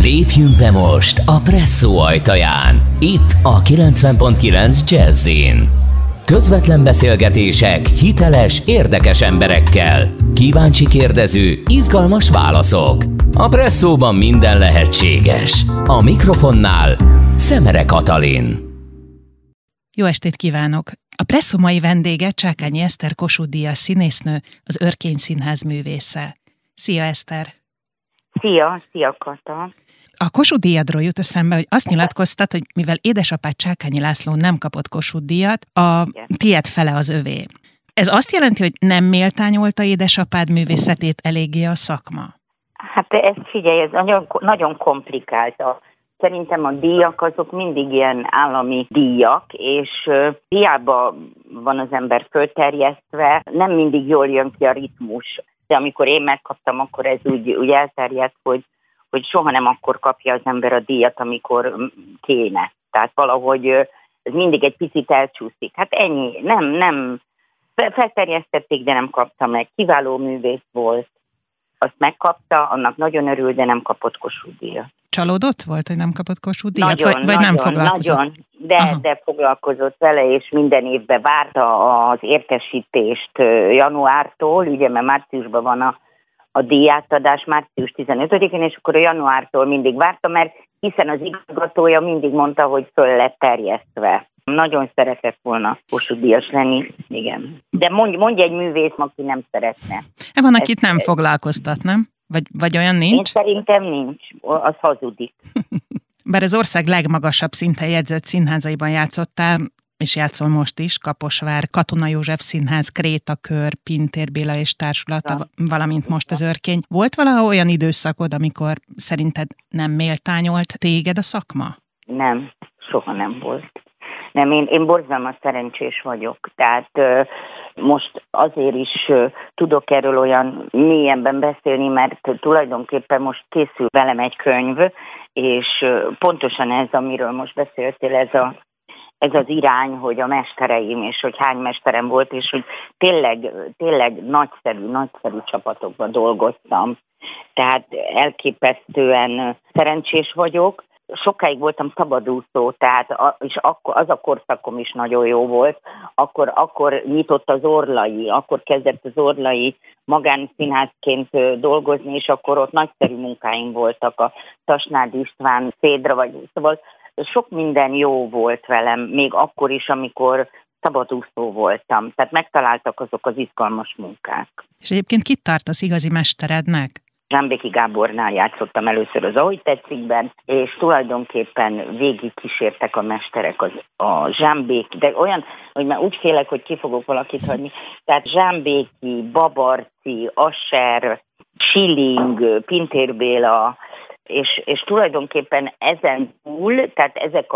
Lépjünk be most a Presszó ajtaján. Itt a 90.9 Jazzin. Közvetlen beszélgetések hiteles, érdekes emberekkel. Kíváncsi kérdező, izgalmas válaszok. A Presszóban minden lehetséges. A mikrofonnál Szemere Katalin. Jó estét kívánok! A Presszó mai vendége Csákányi Eszter Kossuth-díjas színésznő, az Örkény Színház művésze. Szia, Eszter! Szia, Kata! A Kossuth-díjadról jut eszembe, hogy azt nyilatkoztat, hogy mivel édesapád Csákányi László nem kapott Kossuth-díjat, a tiéd fele az övé. Ez azt jelenti, hogy nem méltányolta édesapád művészetét eléggé a szakma? Hát ezt figyelj, ez nagyon komplikált. Szerintem a díjak azok mindig ilyen állami díjak, és hiába van az ember fölterjesztve, nem mindig jól jön ki a ritmus. De amikor én megkaptam, akkor ez úgy elterjedt, hogy soha nem akkor kapja az ember a díjat, amikor kéne. Tehát valahogy ez mindig egy picit elcsúszik. Hát ennyi, nem. Felterjesztették, de nem kapta meg. Kiváló művész volt. Azt megkapta, annak nagyon örül, de nem kapott Kossuth-díjat. Csalódott volt, hogy nem kapott Kossuth-díjat? Vagy nem foglalkozott? Nagyon, de foglalkozott vele, és minden évben várta az értesítést januártól, ugye, mert márciusban van a díjátadás, március 15-én, és akkor a januártól mindig várta, mert hiszen az igazgatója mindig mondta, hogy föl lett terjesztve. Nagyon szeretett volna Kossuth-díjas lenni, igen. De mondj egy művész, aki nem szeretne. Van, akit nem foglalkoztat, nem? Vagy olyan nincs? Én szerintem nincs, az hazudik. Bár az ország legmagasabb szinten jegyzett színházaiban játszottál, és játszol most is, Kaposvár, Katona József Színház, Krétakör, Pintér Béla és társulata, valamint most az Örkény. Volt valahol olyan időszakod, amikor szerinted nem méltányolt téged a szakma? Nem, soha nem volt. Nem, én borzalmas szerencsés vagyok, tehát most azért is tudok erről olyan mélyenben beszélni, mert tulajdonképpen most készül velem egy könyv, és pontosan ez, amiről most beszéltél, ez az irány, hogy a mestereim, és hogy hány mesterem volt, és hogy tényleg nagyszerű csapatokban dolgoztam. Tehát elképesztően szerencsés vagyok. Sokáig voltam szabadúszó, tehát és az a korszakom is nagyon jó volt. Akkor nyitott az Orlai, akkor kezdett az Orlai magánszínházként dolgozni, és akkor ott nagyszerű munkáim voltak, a Tasnád István, Szédra, szóval sok minden jó volt velem, még akkor is, amikor szabadúszó voltam. Tehát megtaláltak azok az izgalmas munkák. És egyébként kit tartasz igazi mesterednek? Zsámbéki Gábornál játszottam először az Ahogy Tetszikben, és tulajdonképpen végig kísértek a mesterek a Zsámbéki, de olyan, hogy már úgy félek, hogy ki fogok valakit hagyni. Tehát Zsámbéki, Babarci, Asser, Schilling, Pintér Béla, és tulajdonképpen ezen túl, tehát ezek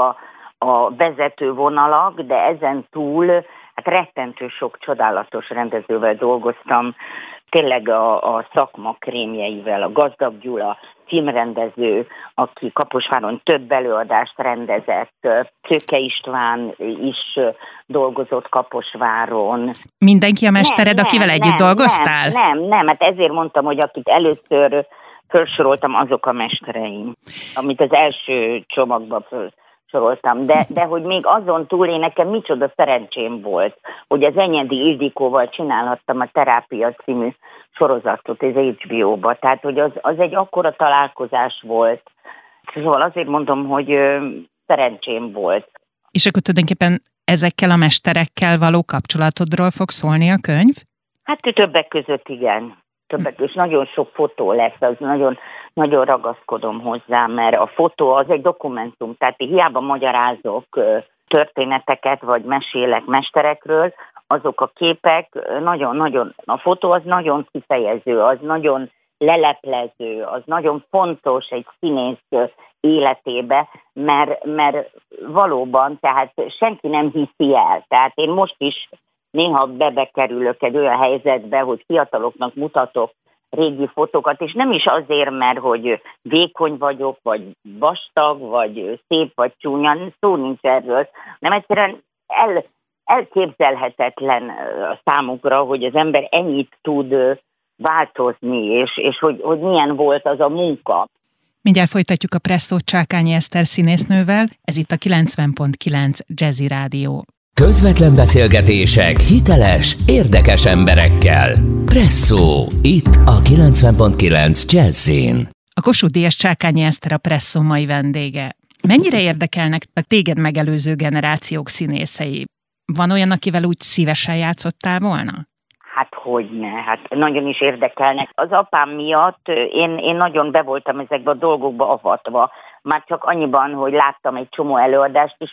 a vezető vonalak, de ezen túl hát rettentő sok csodálatos rendezővel dolgoztam, tényleg a szakma krémjeivel, a Gazdag Gyula filmrendező, aki Kaposváron több előadást rendezett, Szőke István is dolgozott Kaposváron. Mindenki a mestered, akivel együtt dolgoztál? Nem, hát ezért mondtam, hogy akit először felsoroltam, azok a mestereim, amit az első csomagban felsoroltam, de hogy még azon túl nekem micsoda szerencsém volt, hogy az Enyedi Ildikóval csinálhattam a Terápia című sorozatot az HBO-ba, tehát hogy az egy akkora találkozás volt. Szóval azért mondom, hogy szerencsém volt. És akkor tulajdonképpen ezekkel a mesterekkel való kapcsolatodról fog szólni a könyv? Hát többek között igen. És nagyon sok fotó lesz, az nagyon ragaszkodom hozzá, mert a fotó az egy dokumentum, tehát hiába magyarázok történeteket, vagy mesélek mesterekről, azok a képek nagyon, a fotó az nagyon kifejező, az nagyon leleplező, az nagyon fontos egy színész életébe, mert valóban, tehát senki nem hiszi el. Tehát én most is néha bekerülök egy olyan helyzetbe, hogy fiataloknak mutatok régi fotókat, és nem is azért, mert hogy vékony vagyok, vagy vastag, vagy szép, vagy csúnya, szó nincs erről, nem egyszerűen elképzelhetetlen számukra, hogy az ember ennyit tud változni, és hogy milyen volt az a munka. Mindjárt folytatjuk a Presszót Csákányi Eszter színésznővel, ez itt a 90.9 Jazzy Rádió. Közvetlen beszélgetések hiteles, érdekes emberekkel. Presszó, itt a 90.9 Jazzin. A Kossuth Díjas Csákányi Eszter a Presszó mai vendége. Mennyire érdekelnek a téged megelőző generációk színészei? Van olyan, akivel úgy szívesen játszottál volna? Hát hogyne, hát nagyon is érdekelnek. Az apám miatt én nagyon be voltam ezekbe a dolgokba avatva. Már csak annyiban, hogy láttam egy csomó előadást, és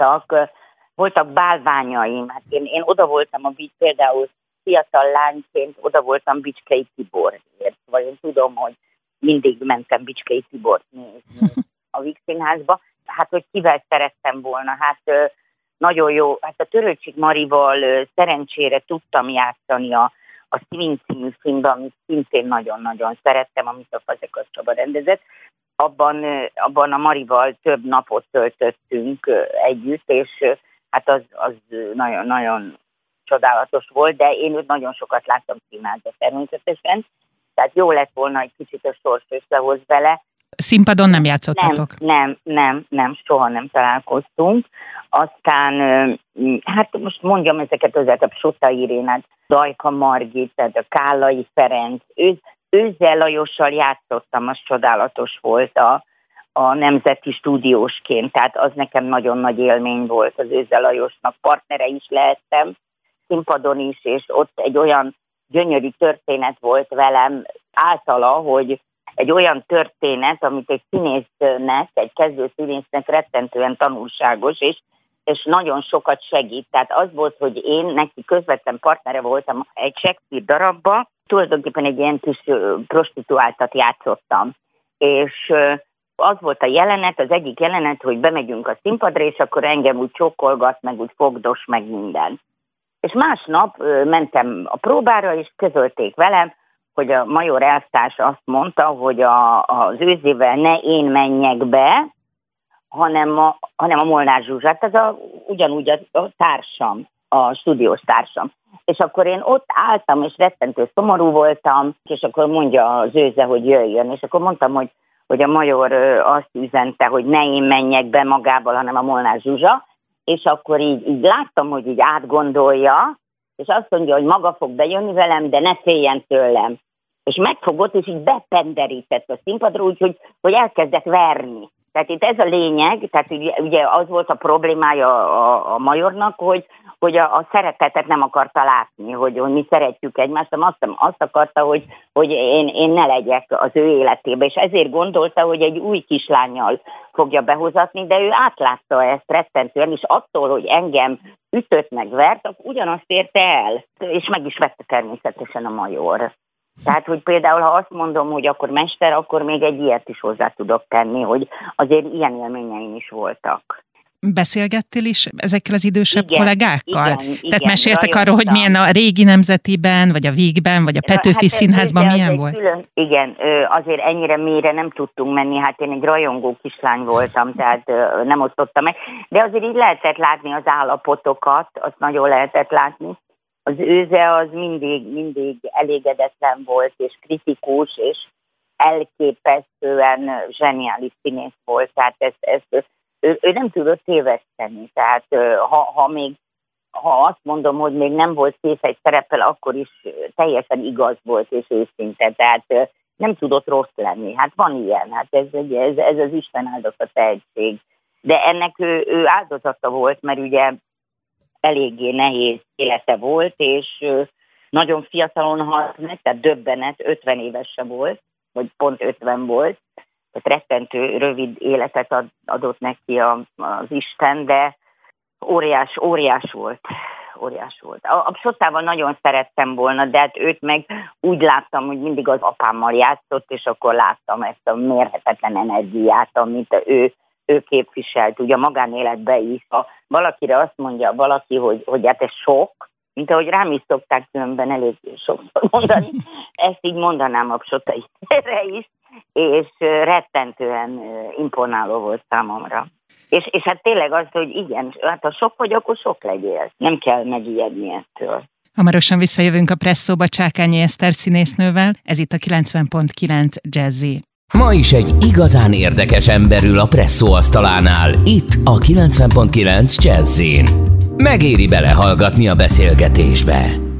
voltak bálványaim. Hát én oda voltam például fiatal lányként, oda voltam Bicskei Tiborért. Vagy én tudom, hogy mindig mentem Bicskei Tibort nézni a Víg Színházba. Hát, hogy kivel szerettem volna, hát nagyon jó. Hát a Törőcsik Marival szerencsére tudtam játszani a Swing című filmben, amit szintén nagyon-nagyon szerettem, amit a Fazekas Csaba rendezett. Abban a Marival több napot töltöttünk együtt, és hát az nagyon-nagyon csodálatos volt, de én őt nagyon sokat láttam színházba természetesen, tehát jó lett volna egy kicsit a sors összehoz vele. Színpadon nem játszottatok? Nem, soha nem találkoztunk. Aztán, hát most mondjam ezeket a Sota Irénát, Dajka Margit, tehát a Kállai Ferenc, Őzzel Lajossal játszottam, az csodálatos volt a Nemzeti Stúdiósként, tehát az nekem nagyon nagy élmény volt, az Őzzel Lajosnak partnere is lehettem, színpadon is, és ott egy olyan gyönyörű történet volt velem általa, hogy egy olyan történet, amit egy színésznek, egy kezdő színésznek rettentően tanulságos, és nagyon sokat segít. Tehát az volt, hogy én neki közvetlen partnere voltam egy Shakespeare darabba, tulajdonképpen egy ilyen kis prostituáltat játszottam. És az volt a jelenet, az egyik jelenet, hogy bemegyünk a színpadra, és akkor engem úgy csókolgat, meg úgy fogdos, meg minden. És másnap mentem a próbára, és közölték velem, hogy a major elvtárs azt mondta, hogy az Őzével ne én menjek be, hanem a Molnár Zsuzsa, tehát ugyanúgy a társam, a stúdiós társam. És akkor én ott álltam, és rettentő szomorú voltam, és akkor mondja az Őze, hogy jöjjön, és akkor mondtam, hogy a major azt üzente, hogy ne én menjek be magával, hanem a Molnár Zsuzsa, és akkor így láttam, hogy így átgondolja, és azt mondja, hogy maga fog bejönni velem, de ne féljen tőlem. És megfogott, és így bependerített a színpadra, úgyhogy elkezdett verni. Tehát itt ez a lényeg, tehát ugye az volt a problémája a majornak, hogy a szeretetet nem akarta látni, hogy mi szeretjük egymást, azt akarta, hogy én ne legyek az ő életébe, és ezért gondolta, hogy egy új kislánnyal fogja behozatni, de ő átlátta ezt rettentően, és attól, hogy engem ütött meg vert, ugyanazt érte el, és meg is vette természetesen a major. Tehát, hogy például, ha azt mondom, hogy akkor mester, akkor még egy ilyet is hozzá tudok tenni, hogy azért ilyen élményeim is voltak. Beszélgettél is ezekkel az idősebb kollégákkal? Igen, tehát meséltek arról, hogy milyen a régi Nemzetiben, vagy a Vígben, vagy a Petőfi Színházban milyen volt? Igen, azért ennyire mélyre nem tudtunk menni, hát én egy rajongó kislány voltam, tehát nem osztottam meg, de azért így lehetett látni az állapotokat, azt nagyon lehetett látni. Az Őze az mindig elégedetlen volt, és kritikus, és elképesztően zseniális színész volt, tehát ő nem tudott téveszteni, tehát ha azt mondom, hogy még nem volt szép egy szereppel, akkor is teljesen igaz volt és őszinte, tehát nem tudott rossz lenni. Hát van ilyen, hát ez az Isten áldott tehetség. De ennek ő áldozata volt, mert ugye eléggé nehéz élete volt, és nagyon fiatalon halt meg, tehát döbbenet, 50 éves se volt, vagy pont 50 volt, tehát rettentő rövid életet adott neki az Isten, de óriás volt. A Sotával nagyon szerettem volna, de hát őt meg úgy láttam, hogy mindig az apámmal játszott, és akkor láttam ezt a mérhetetlen energiát, amit ő képviselt, ugye a magánéletben is. Ha valakire azt mondja valaki, hogy hát ez sok, mint ahogy rám is szokták különben elég sokszor mondani, ezt így mondanám a Sotai erre is, és rettentően imponáló volt számomra. És hát tényleg az, hogy igen, hát ha sok vagy, akkor sok legyél. Nem kell megijedni ettől. Hamarosan visszajövünk a Presszóba Csákányi Eszter színésznővel, ez itt a 90.9 Jazzy. Ma is egy igazán érdekes ember ül a Presszó asztalánál, itt a 90.9 Jazz-in. Megéri belehallgatni a beszélgetésbe.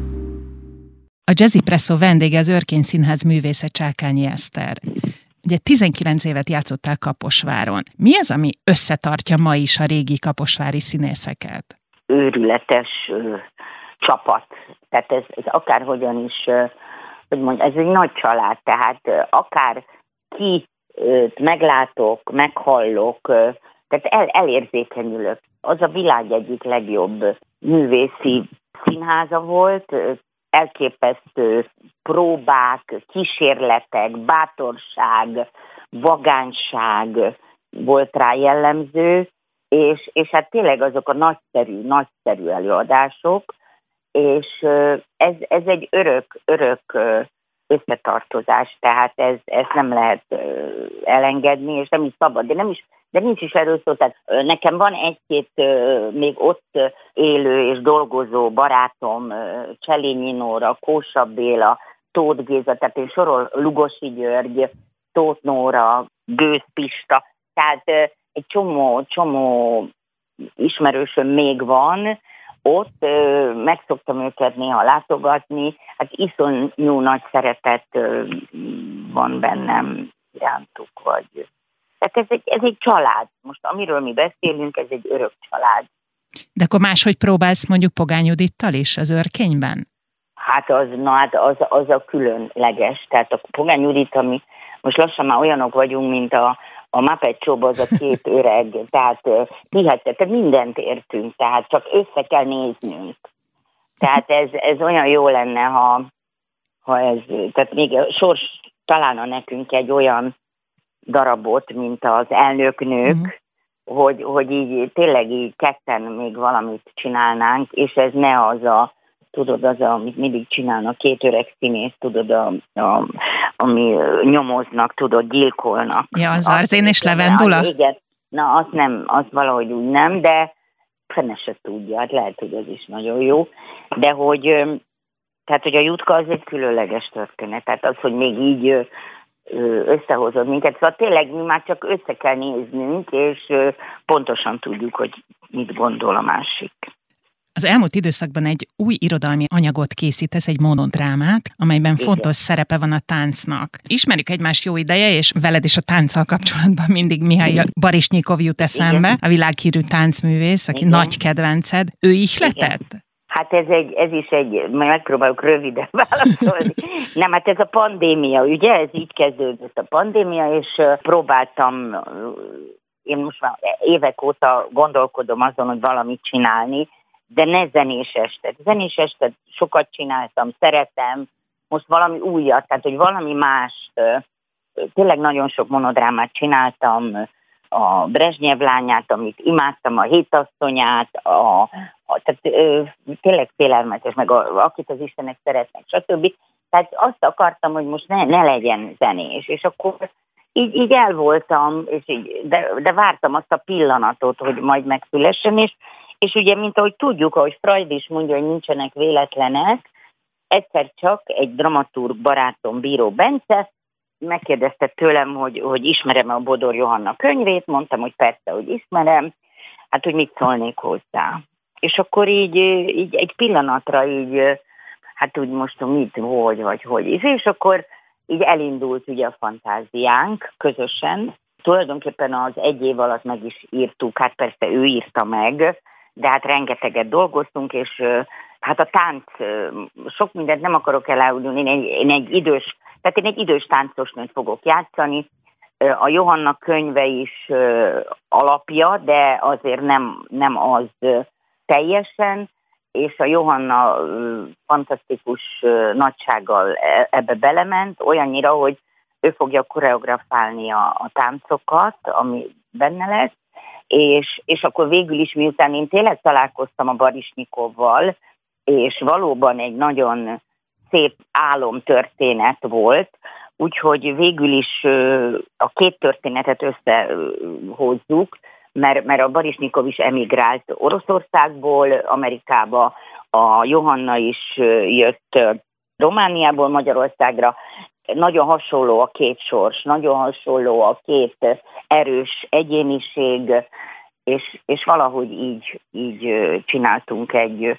A Jazzy Presszó vendége az Örkény Színház művésze, Csákányi Eszter. Ugye 19 évet játszottál Kaposváron. Mi az, ami összetartja ma is a régi kaposvári színészeket? Őrületes csapat. Tehát ez akárhogyan is, hogy mondjam, ez egy nagy család, tehát akár ki meglátok, meghallok, tehát elérzékenyülök. Az a világ egyik legjobb művészi színháza volt, elképesztő próbák, kísérletek, bátorság, vagányság volt rá jellemző, és hát tényleg azok a nagyszerű előadások, és ez egy örök összetartozás, tehát ezt nem lehet elengedni, és nem is szabad, de nincs is erről szó. Tehát nekem van egy-két még ott élő és dolgozó barátom, Cselényi Nóra, Kósa Béla, Tóth Géza, tehát én sorol, Lugosi György, Tóth Nóra, Gőz Pista, tehát egy csomó ismerősöm még van, ott meg szoktam őket néha látogatni, hát iszonyú nagy szeretet van bennem irántuk, vagy... Tehát ez egy család. Most amiről mi beszélünk, ez egy örök család. De akkor máshogy próbálsz mondjuk Pogány Judittal is az Örkényben? Hát az a különleges. Tehát a Pogány Judit, ami most lassan már olyanok vagyunk, mint a Muppet Show-ban az a két öreg, tehát hihetetlen, mindent értünk, tehát csak össze kell néznünk. Tehát ez olyan jó lenne, ha ez, tehát még a sors találna nekünk egy olyan darabot, mint az Elnöknők, hogy így tényleg így ketten még valamit csinálnánk, és ez ne az amit mindig csinálnak, két öreg színész, ami nyomoznak, gyilkolnak. Ja, az Arzén és Levendula? Igen, azt nem, azt valahogy úgy nem, de fene se tudja, hát lehet, hogy ez is nagyon jó, de hogy a Jutka az egy különleges történet, tehát az, hogy még így összehozott minket. Szóval tényleg mi már csak össze kell néznünk, és pontosan tudjuk, hogy mit gondol a másik. Az elmúlt időszakban egy új irodalmi anyagot készítesz, egy monodrámát, amelyben fontos szerepe van a táncnak. Ismerjük egymást jó ideje, és veled is a tánccal kapcsolatban mindig Mihály Barisnyikov jut eszembe, a világhírű táncművész, aki nagy kedvenced. Ő ihletett? Hát ez is egy, megpróbáljuk röviden válaszolni. Nem, hát ez a pandémia, ugye? Ez így kezdődött a pandémia, és próbáltam, én most már évek óta gondolkodom azon, hogy valamit csinálni, de ne zenés estet. Zenés estet sokat csináltam, szeretem, most valami újat, tehát hogy valami mást. Tényleg nagyon sok monodrámát csináltam, a Brezsnyev lányát, amit imádtam, a Hétasszonyát, tehát tényleg félelmetes, meg akit az Istenek szeretnek, stb. Tehát azt akartam, hogy most ne legyen zenés, és akkor így el voltam, de vártam azt a pillanatot, hogy majd megszülessen, és ugye, mint ahogy tudjuk, ahogy Freud is mondja, hogy nincsenek véletlenek, egyszer csak egy dramaturg barátom, Bíró Bence, megkérdezte tőlem, hogy ismerem-e a Bodor Johanna könyvét, mondtam, hogy persze, hogy ismerem, hát hogy mit szólnék hozzá. És akkor így egy pillanatra hát úgy most mit, hogy. És akkor így elindult ugye a fantáziánk közösen. Tulajdonképpen az egy év alatt meg is írtuk, hát persze ő írta meg, de hát rengeteget dolgoztunk, és hát a tánc, sok mindent nem akarok elárulni, én egy idős táncosnőt fogok játszani. A Johanna könyve is alapja, de azért nem az teljesen, és a Johanna fantasztikus nagysággal ebbe belement, olyannyira, hogy ő fogja koreografálni a táncokat, ami benne lesz, és akkor végül is, miután én tényleg találkoztam a Barisnyikovval, és valóban egy nagyon szép álomtörténet volt, úgyhogy végül is a két történetet összehozzuk, mert a Barisnyikov is emigrált Oroszországból Amerikába, a Johanna is jött Romániából Magyarországra, nagyon hasonló a két sors, nagyon hasonló a két erős egyéniség, és valahogy így csináltunk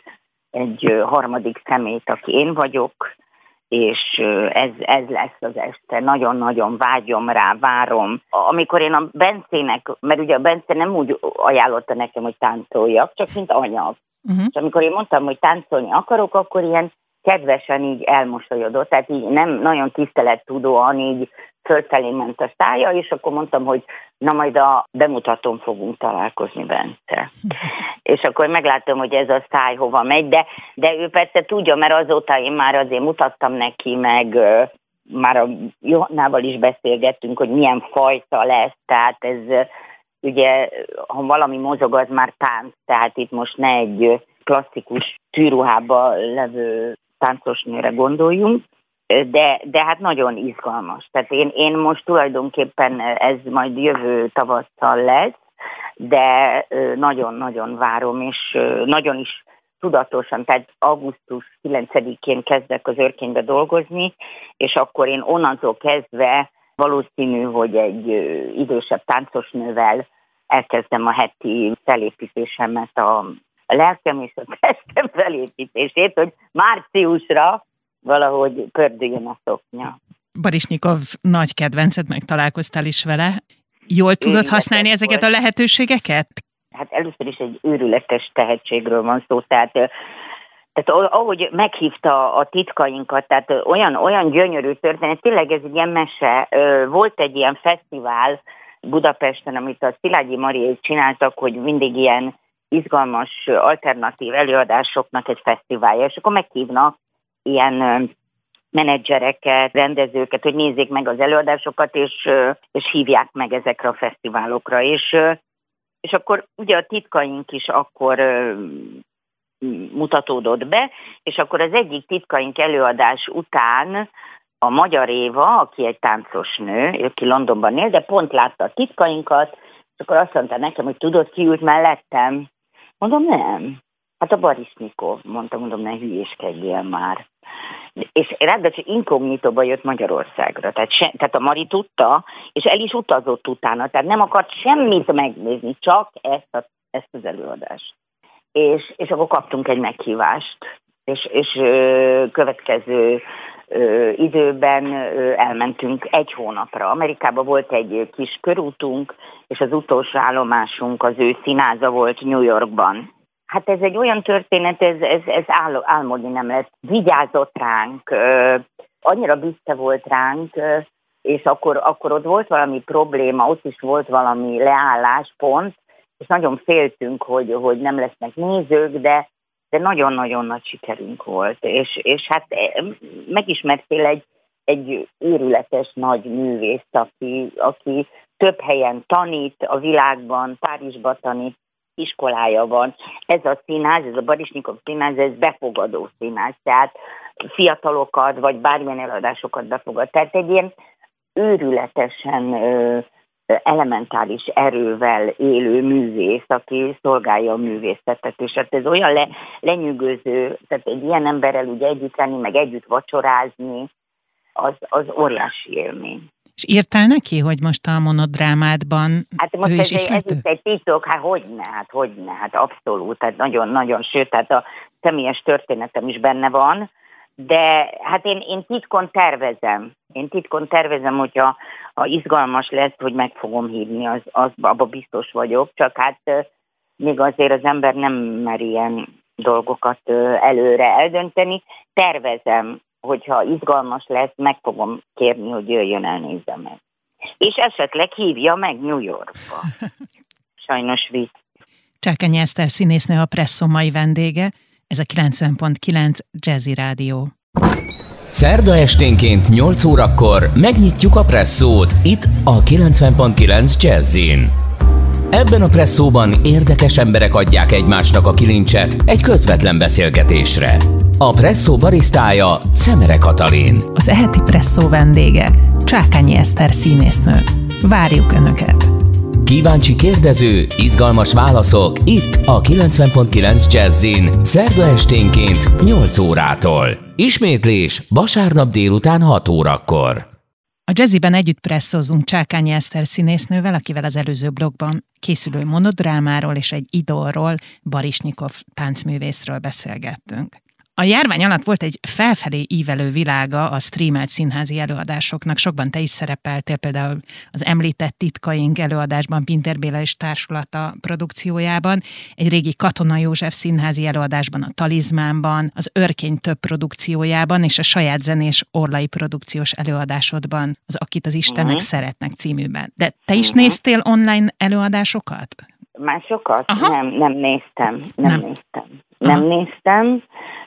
egy harmadik személyt, aki én vagyok, és ez lesz az este. Nagyon-nagyon vágyom rá, várom. Amikor én a Bencének, mert ugye a Bence nem úgy ajánlotta nekem, hogy táncoljak, csak mint anyag. És amikor én mondtam, hogy táncolni akarok, akkor ilyen kedvesen így elmosolyodott, tehát így nem nagyon tisztelettudóan így fölfelé ment a szája, és akkor mondtam, hogy na majd a bemutatón fogunk találkozni, Bence. És akkor megláttam, hogy ez a száj hova megy, de ő persze tudja, mert azóta én már azért mutattam neki, meg már a Johannával is beszélgettünk, hogy milyen fajta lesz, tehát ez ugye, ha valami mozog, az már tánc, tehát itt most ne egy klasszikus tűruhába levő táncosnőre gondoljunk, de hát nagyon izgalmas. Tehát én most tulajdonképpen ez majd jövő tavasszal lesz, de nagyon-nagyon várom, és nagyon is tudatosan, tehát augusztus 9-én kezdek az Örkénybe dolgozni, és akkor én onnantól kezdve valószínű, hogy egy idősebb táncosnővel elkezdem a heti felépítésemet, a lelkem és a testem felépítését, hogy márciusra valahogy pördüljön a szoknya. Baryshnikov nagy kedvenced, meg találkoztál is vele. Jól tudod használni ezeket a lehetőségeket? Hát először is egy őrületes tehetségről van szó, tehát ahogy meghívta a titkainkat, tehát olyan gyönyörű történet, tényleg ez egy ilyen mese. Volt egy ilyen fesztivál Budapesten, amit a Szilágyi Mariék csináltak, hogy mindig ilyen izgalmas, alternatív előadásoknak egy fesztiválja, és akkor meghívnak ilyen menedzsereket, rendezőket, hogy nézzék meg az előadásokat, és hívják meg ezekre a fesztiválokra. És akkor ugye a titkaink is akkor mutatódott be, és akkor az egyik titkaink előadás után a Magyar Éva, aki egy táncos nő, aki Londonban él, de pont látta a titkainkat, és akkor azt mondta nekem, hogy tudod, ki ült mellettem? Mondom, nem. Hát a Baryshnikov, mondom, ne hülyéskedjél már. És ráadásul inkognitóba jött Magyarországra. Tehát a Mari tudta, és el is utazott utána, tehát nem akart semmit megnézni, csak ezt az előadást. És akkor kaptunk egy meghívást, és következő időben elmentünk egy hónapra. Amerikában volt egy kis körútunk, és az utolsó állomásunk az ő színháza volt New Yorkban. Hát ez egy olyan történet, ez álmodni nem lehet. Vigyázott ránk, annyira büszke volt ránk, és akkor ott volt valami probléma, ott is volt valami leálláspont, és nagyon féltünk, hogy nem lesznek nézők, de nagyon-nagyon nagy sikerünk volt. És hát megismertél egy őrületes nagy művész, aki több helyen tanít a világban, Párizsban tanít, iskolája van. Ez a színház, ez a Baryshnikov színház, ez befogadó színház, tehát fiatalokat, vagy bármilyen eladásokat befogad. Tehát egy ilyen őrületesen elementáris erővel élő művész, aki szolgálja a művészetet, és hát ez olyan lenyűgöző, tehát egy ilyen emberrel ugye együtt lenni, meg együtt vacsorázni, az óriási élmény. És írtál neki, hogy most a monodrámádban hát most ő is ez egy titok, hogyne, abszolút, tehát nagyon-nagyon, sőt, tehát a személyes történetem is benne van, de hát én titkon tervezem, hogyha izgalmas lesz, hogy meg fogom hívni, abba biztos vagyok, csak hát még azért az ember nem mer ilyen dolgokat előre eldönteni. Tervezem, hogyha izgalmas lesz, meg fogom kérni, hogy jöjjön el, nézze meg. És esetleg hívja meg New Yorkba. Sajnos vicc. Csákányi Eszter színésznő a Presszó mai vendége, ez a 90.9 Jazzy Rádió. Szerda esténként 8 órakor megnyitjuk a Presszót itt a 90.9 Jazzyn. Ebben a Presszóban érdekes emberek adják egymásnak a kilincset egy közvetlen beszélgetésre. A Presszó barisztája Szemere Katalin. Az eheti Presszó vendége Csákányi Eszter színésznő. Várjuk Önöket! Kíváncsi kérdező, izgalmas válaszok itt a 90.9 Jazzin, szerda esténként 8 órától. Ismétlés vasárnap délután 6 órakor. A Jazziben együtt presszózunk Csákányi Eszter színésznővel, akivel az előző blogban készülő monodrámáról és egy idolról, Barisnyikov táncművészről beszélgettünk. A járvány alatt volt egy felfelé ívelő világa a streamelt színházi előadásoknak. Sokban te is szerepeltél, például az említett Titkaink előadásban, Pintér Béla és társulata produkciójában, egy régi Katona József színházi előadásban, a Talizmánban, az Örkény több produkciójában, és a saját zenés orlai produkciós előadásodban, az Akit az Istennek szeretnek címűben. De te is néztél online előadásokat? Másokat? Aha. Nem néztem. Nem néztem,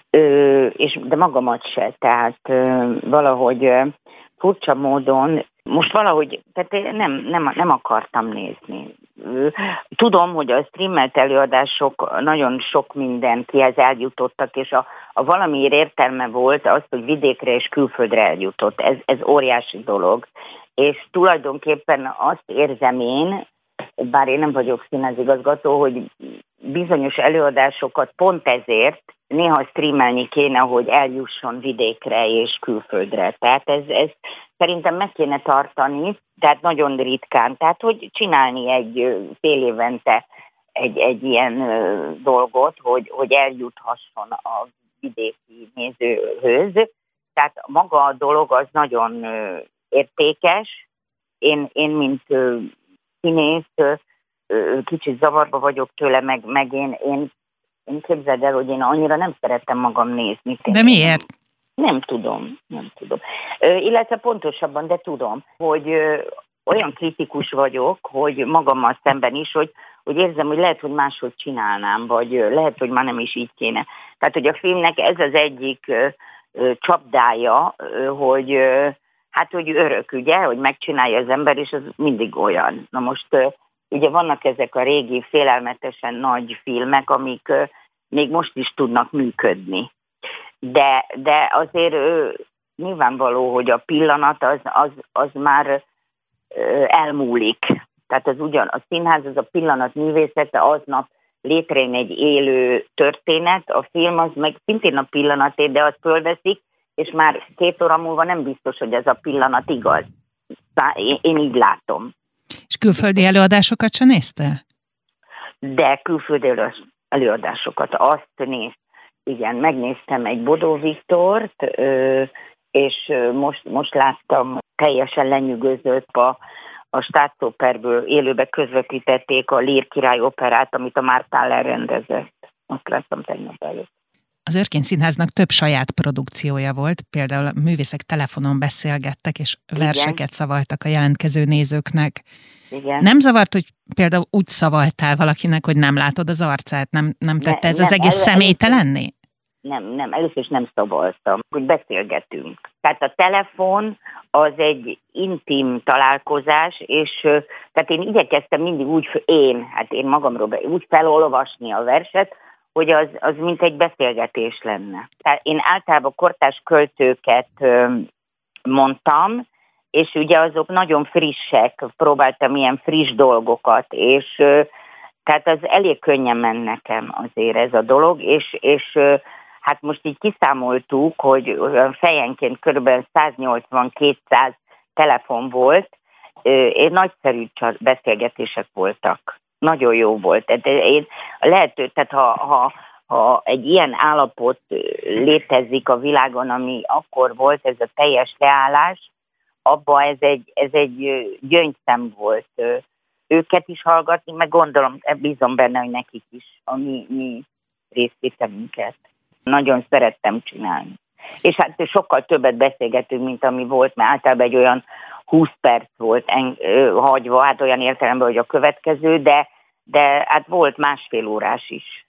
de magamat se. Tehát valahogy furcsa módon, most valahogy, tehát én nem akartam nézni. Tudom, hogy a streamelt előadások nagyon sok mindenkihez eljutottak, és a valamiért értelme volt az, hogy vidékre és külföldre eljutott. Ez óriási dolog. És tulajdonképpen azt érzem én, bár én nem vagyok színházigazgató, hogy bizonyos előadásokat pont ezért néha streamelni kéne, hogy eljusson vidékre és külföldre. Tehát ez szerintem meg kéne tartani, tehát nagyon ritkán. Tehát, hogy csinálni egy fél évente egy ilyen dolgot, hogy eljuthasson a vidéki nézőhöz. Tehát maga a dolog az nagyon értékes. Én mint színész, kicsit zavarba vagyok tőle, meg én képzeld el, hogy én annyira nem szerettem magam nézni. De miért? Nem tudom. Illetve pontosabban, de tudom, hogy olyan kritikus vagyok, hogy magammal szemben is, hogy érzem, hogy lehet, hogy máshogy csinálnám, vagy lehet, hogy már nem is így kéne. Tehát, hogy a filmnek ez az egyik csapdája, hogy hogy örök, ugye, hogy megcsinálja az ember, és az mindig olyan. Na most ugye vannak ezek a régi, félelmetesen nagy filmek, amik még most is tudnak működni. De azért nyilvánvaló, hogy a pillanat az már elmúlik. Tehát a színház, az a pillanat művészete, aznap létrejön egy élő történet, a film az meg szintén a pillanaté, de azt fölveszik, és már 2 óra múlva nem biztos, hogy ez a pillanat igaz. Én így látom. És külföldi előadásokat sem nézte? De külföldi előadásokat igen, megnéztem egy Bodó Viktort, és most láttam, teljesen lenyűgözött a Staatsoperből élőbe közvetítették a Lír király operát, amit a Mártál rendezett. Azt láttam tegnap előtt. Az Örkény Színháznak több saját produkciója volt, például a művészek telefonon beszélgettek, és verseket szavaltak a jelentkező nézőknek. Igen. Nem zavart, hogy például úgy szavaltál valakinek, hogy nem látod az arcát? Nem tette ez az egész személytelenné? Nem, először is nem szavaltam, hogy beszélgetünk. Tehát a telefon az egy intim találkozás, és tehát én igyekeztem mindig én magamról úgy felolvasni a verset, hogy az mint egy beszélgetés lenne. Tehát én általában kortárs költőket mondtam, és ugye azok nagyon frissek, próbáltam ilyen friss dolgokat, és tehát az elég könnyen ment nekem azért ez a dolog, és hát most így kiszámoltuk, hogy fejenként kb. 180-200 telefon volt, nagyszerű beszélgetések voltak. Nagyon jó volt. Tehát ha egy ilyen állapot létezik a világon, ami akkor volt, ez a teljes leállás, abban ez egy gyöngyszem volt őket is hallgatni, meg gondolom, bízom benne, hogy nekik is a mi részvételünket. Nagyon szerettem csinálni. És hát sokkal többet beszélgetünk, mint ami volt, mert általában egy olyan 20 perc volt hagyva, hát olyan értelemben, hogy a következő, de hát volt 1,5 órás is.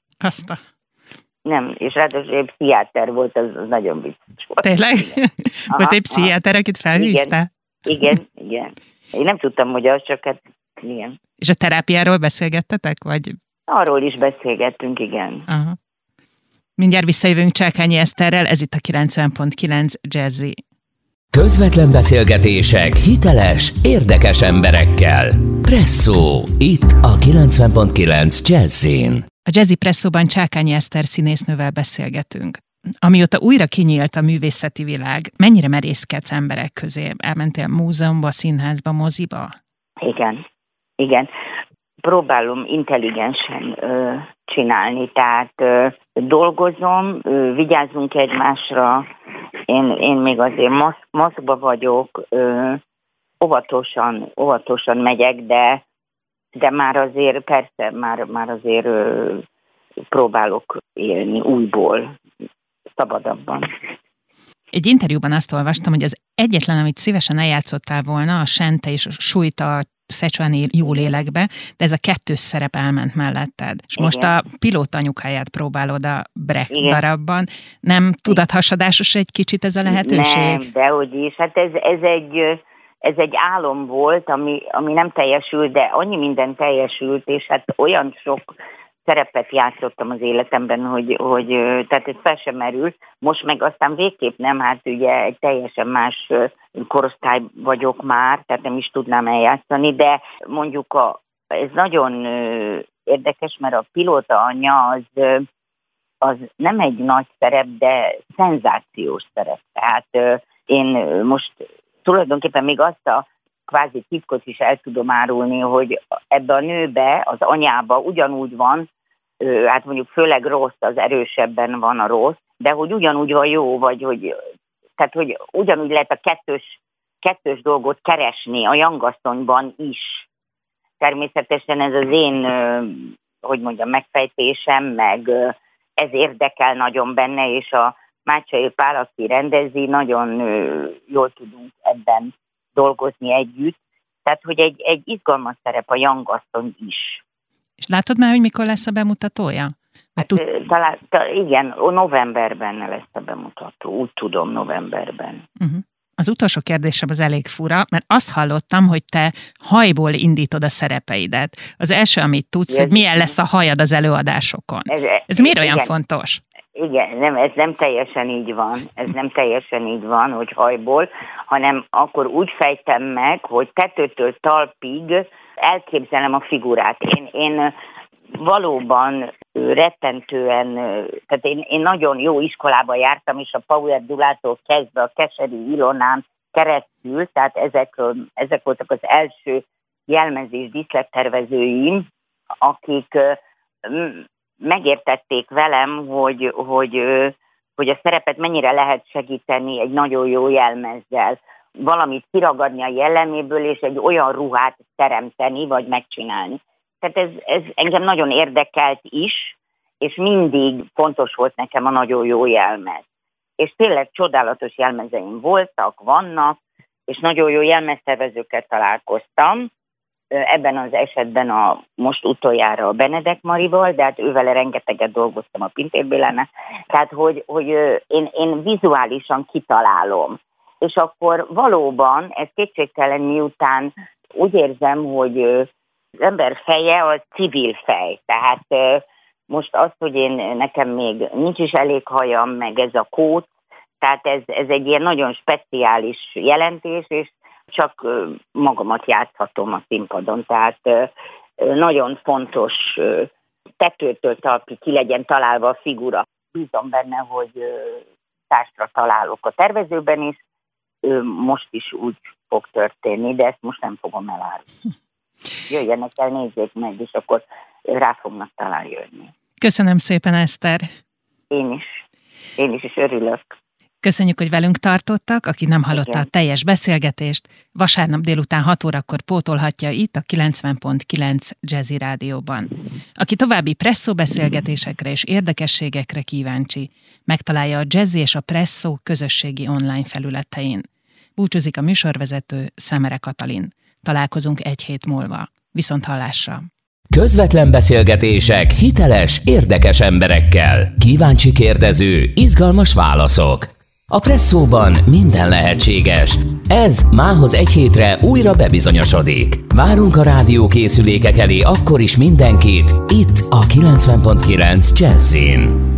Nem, és ráadásul egy pszichiáter volt, az nagyon biztos volt. Tényleg? Volt egy pszichiáter, akit felhívtál? Igen. Én nem tudtam, hogy az, csak hát igen. És a terápiáról beszélgettetek, vagy? Arról is beszélgettünk, igen. Aha. Mindjárt visszajövünk Csákányi Eszterrel, ez itt a 90.9 Jazzy. Közvetlen beszélgetések hiteles, érdekes emberekkel. Presszó, itt a 90.9 Jazzin. A Jazzy Presszóban Csákányi Eszter színésznővel beszélgetünk. Amióta újra kinyílt a művészeti világ, mennyire merészkedsz emberek közé? Elmentél múzeumba, színházba, moziba? Igen. Próbálom intelligensen csinálni, tehát dolgozom, vigyázzunk egymásra, én még azért maszkba vagyok, óvatosan megyek, de már azért persze, már azért próbálok élni újból, szabadabban. Egy interjúban azt olvastam, hogy az egyetlen, amit szívesen eljátszottál volna, a Sente és a Sújta a szecsuáni jó lélekbe, de ez a kettős szerep elment melletted. És igen. Most a pilóta anyukáját próbálod a Brecht darabban. Nem tudathasadásos egy kicsit ez a lehetőség? Nem, dehogy is. Hát ez egy álom volt, ami nem teljesült, de annyi minden teljesült, és hát olyan sok szerepet játszottam az életemben, hogy tehát ez fel sem merült. Most meg aztán végképp nem, hát ugye egy teljesen más korosztály vagyok már, tehát nem is tudnám eljátszani, de mondjuk ez nagyon érdekes, mert a pilóta anya az nem egy nagy szerep, de szenzációs szerep. Tehát én most tulajdonképpen még azt a kvázi titkot is el tudom árulni, hogy ebbe a nőbe, az anyába ugyanúgy van, hát mondjuk főleg rossz, az erősebben van a rossz, de hogy ugyanúgy van jó, tehát hogy ugyanúgy lehet a kettős dolgot keresni a Young-asszonyban is. Természetesen ez az én, megfejtésem, meg ez érdekel nagyon benne, és a Mácsai Pál, aki rendezi, nagyon jól tudunk ebben dolgozni együtt. Tehát, hogy egy izgalmas szerep a Young-asszony is. És látod már, hogy mikor lesz a bemutatója? Igen, novemberben lesz a bemutató. Úgy tudom, novemberben. Az utolsó kérdésem az elég fura, mert azt hallottam, hogy te hajból indítod a szerepeidet. Az első, amit tudsz, hogy milyen lesz a hajad az előadásokon. Ez miért olyan fontos? Igen, ez nem teljesen így van. Hogy hajból, hanem akkor úgy fejtem meg, hogy tetőtől talpig elképzelem a figurát. Én valóban rettentően, tehát én nagyon jó iskolába jártam, és a Pauer Gyulától kezdve a Keserű Ilonán keresztül, tehát ezek voltak az első jelmezés díszlettervezőim, akik megértették velem, hogy a szerepet mennyire lehet segíteni egy nagyon jó jelmezzel. Valamit kiragadni a jelleméből, és egy olyan ruhát teremteni, vagy megcsinálni. Tehát ez engem nagyon érdekelt is, és mindig fontos volt nekem a nagyon jó jelmez. És tényleg csodálatos jelmezeim voltak, vannak, és nagyon jó jelmeztervezőkkel találkoztam. Ebben az esetben most utoljára a Benedek Marival, de hát ővele rengeteget dolgoztam a Pintér Bélánál. Tehát, hogy én vizuálisan kitalálom. És akkor valóban, ez kétségtelen, miután úgy érzem, hogy az ember feje az civil fej. Tehát most az, hogy nekem még nincs is elég hajam, meg ez a kód, tehát ez egy ilyen nagyon speciális jelentés, és csak magamat játszhatom a színpadon. Tehát nagyon fontos tetőtől talpig ki legyen találva a figura. Bízom benne, hogy társra találok a tervezőben is, most is úgy fog történni, de ezt most nem fogom elárulni. Jöjjenek el, nézzék meg, és akkor rá fognak talán jönni. Köszönöm szépen, Eszter! Én is örülök. Köszönjük, hogy velünk tartottak, aki nem hallotta a teljes beszélgetést, vasárnap délután 6 órakor pótolhatja itt a 90.9 Jazzy Rádióban. Aki további Presszó beszélgetésekre és érdekességekre kíváncsi, megtalálja a Jazzy és a Presszó közösségi online felületein. Búcsúzik a műsorvezető, Szemere Katalin. Találkozunk egy hét múlva. Viszonthallásra! Közvetlen beszélgetések hiteles, érdekes emberekkel. Kíváncsi kérdező, izgalmas válaszok. A Presszóban minden lehetséges. Ez mához egy hétre újra bebizonyosodik. Várunk a rádiókészülékek elé akkor is mindenkit, itt a 90.9 Jazzin.